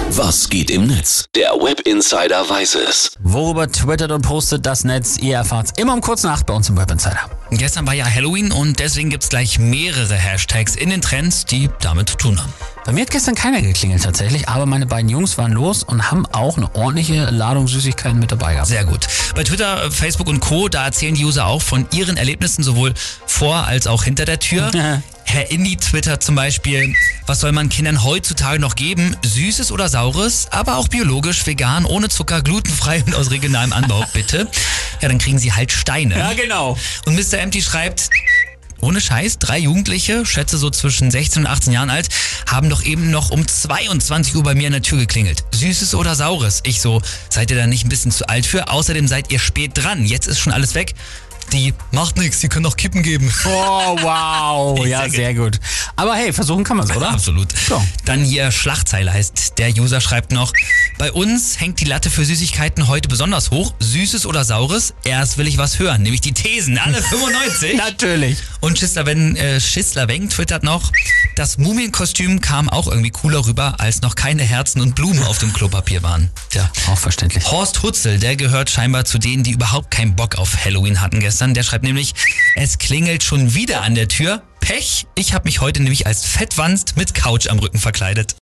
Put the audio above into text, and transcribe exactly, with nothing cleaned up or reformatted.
Was geht im Netz? Der Web Insider weiß es. Worüber twittert und postet das Netz? Ihr erfahrt's immer um kurz nach bei uns im Web Insider. Gestern war ja Halloween und deswegen gibt's gleich mehrere Hashtags in den Trends, die damit zu tun haben. Bei mir hat gestern keiner geklingelt tatsächlich, aber meine beiden Jungs waren los und haben auch eine ordentliche Ladung Süßigkeiten mit dabei gehabt. Sehr gut. Bei Twitter, Facebook und Co., da erzählen die User auch von ihren Erlebnissen sowohl vor als auch hinter der Tür. Herr Indie twittert zum Beispiel, was soll man Kindern heutzutage noch geben? Süßes oder Saures, aber auch biologisch, vegan, ohne Zucker, glutenfrei und aus regionalem Anbau, bitte. Ja, dann kriegen sie halt Steine. Ja, genau. Und Mister Empty schreibt, ohne Scheiß, drei Jugendliche, schätze so zwischen sechzehn und achtzehn Jahren alt, haben doch eben noch um zweiundzwanzig Uhr bei mir an der Tür geklingelt. Süßes oder Saures? Ich so, seid ihr da nicht ein bisschen zu alt für? Außerdem seid ihr spät dran, jetzt ist schon alles weg. Die, macht nichts, die können auch Kippen geben. Oh, wow. Ja, sehr gut. Aber hey, versuchen kann man es, oder? Absolut. So. Dann hier Schlagzeile heißt, der User schreibt noch, bei uns hängt die Latte für Süßigkeiten heute besonders hoch. Süßes oder Saures? Erst will ich was hören, nämlich die Thesen. Alle fünfundneunzig. Natürlich. Und Schissler Weng, äh, Schissler Weng twittert noch, das Mumienkostüm kam auch irgendwie cooler rüber, als noch keine Herzen und Blumen auf dem Klopapier waren. Tja. Auch verständlich. Horst Hutzel, der gehört scheinbar zu denen, die überhaupt keinen Bock auf Halloween hatten gestern. Der schreibt nämlich, es klingelt schon wieder an der Tür. Pech, ich habe mich heute nämlich als Fettwanst mit Couch am Rücken verkleidet.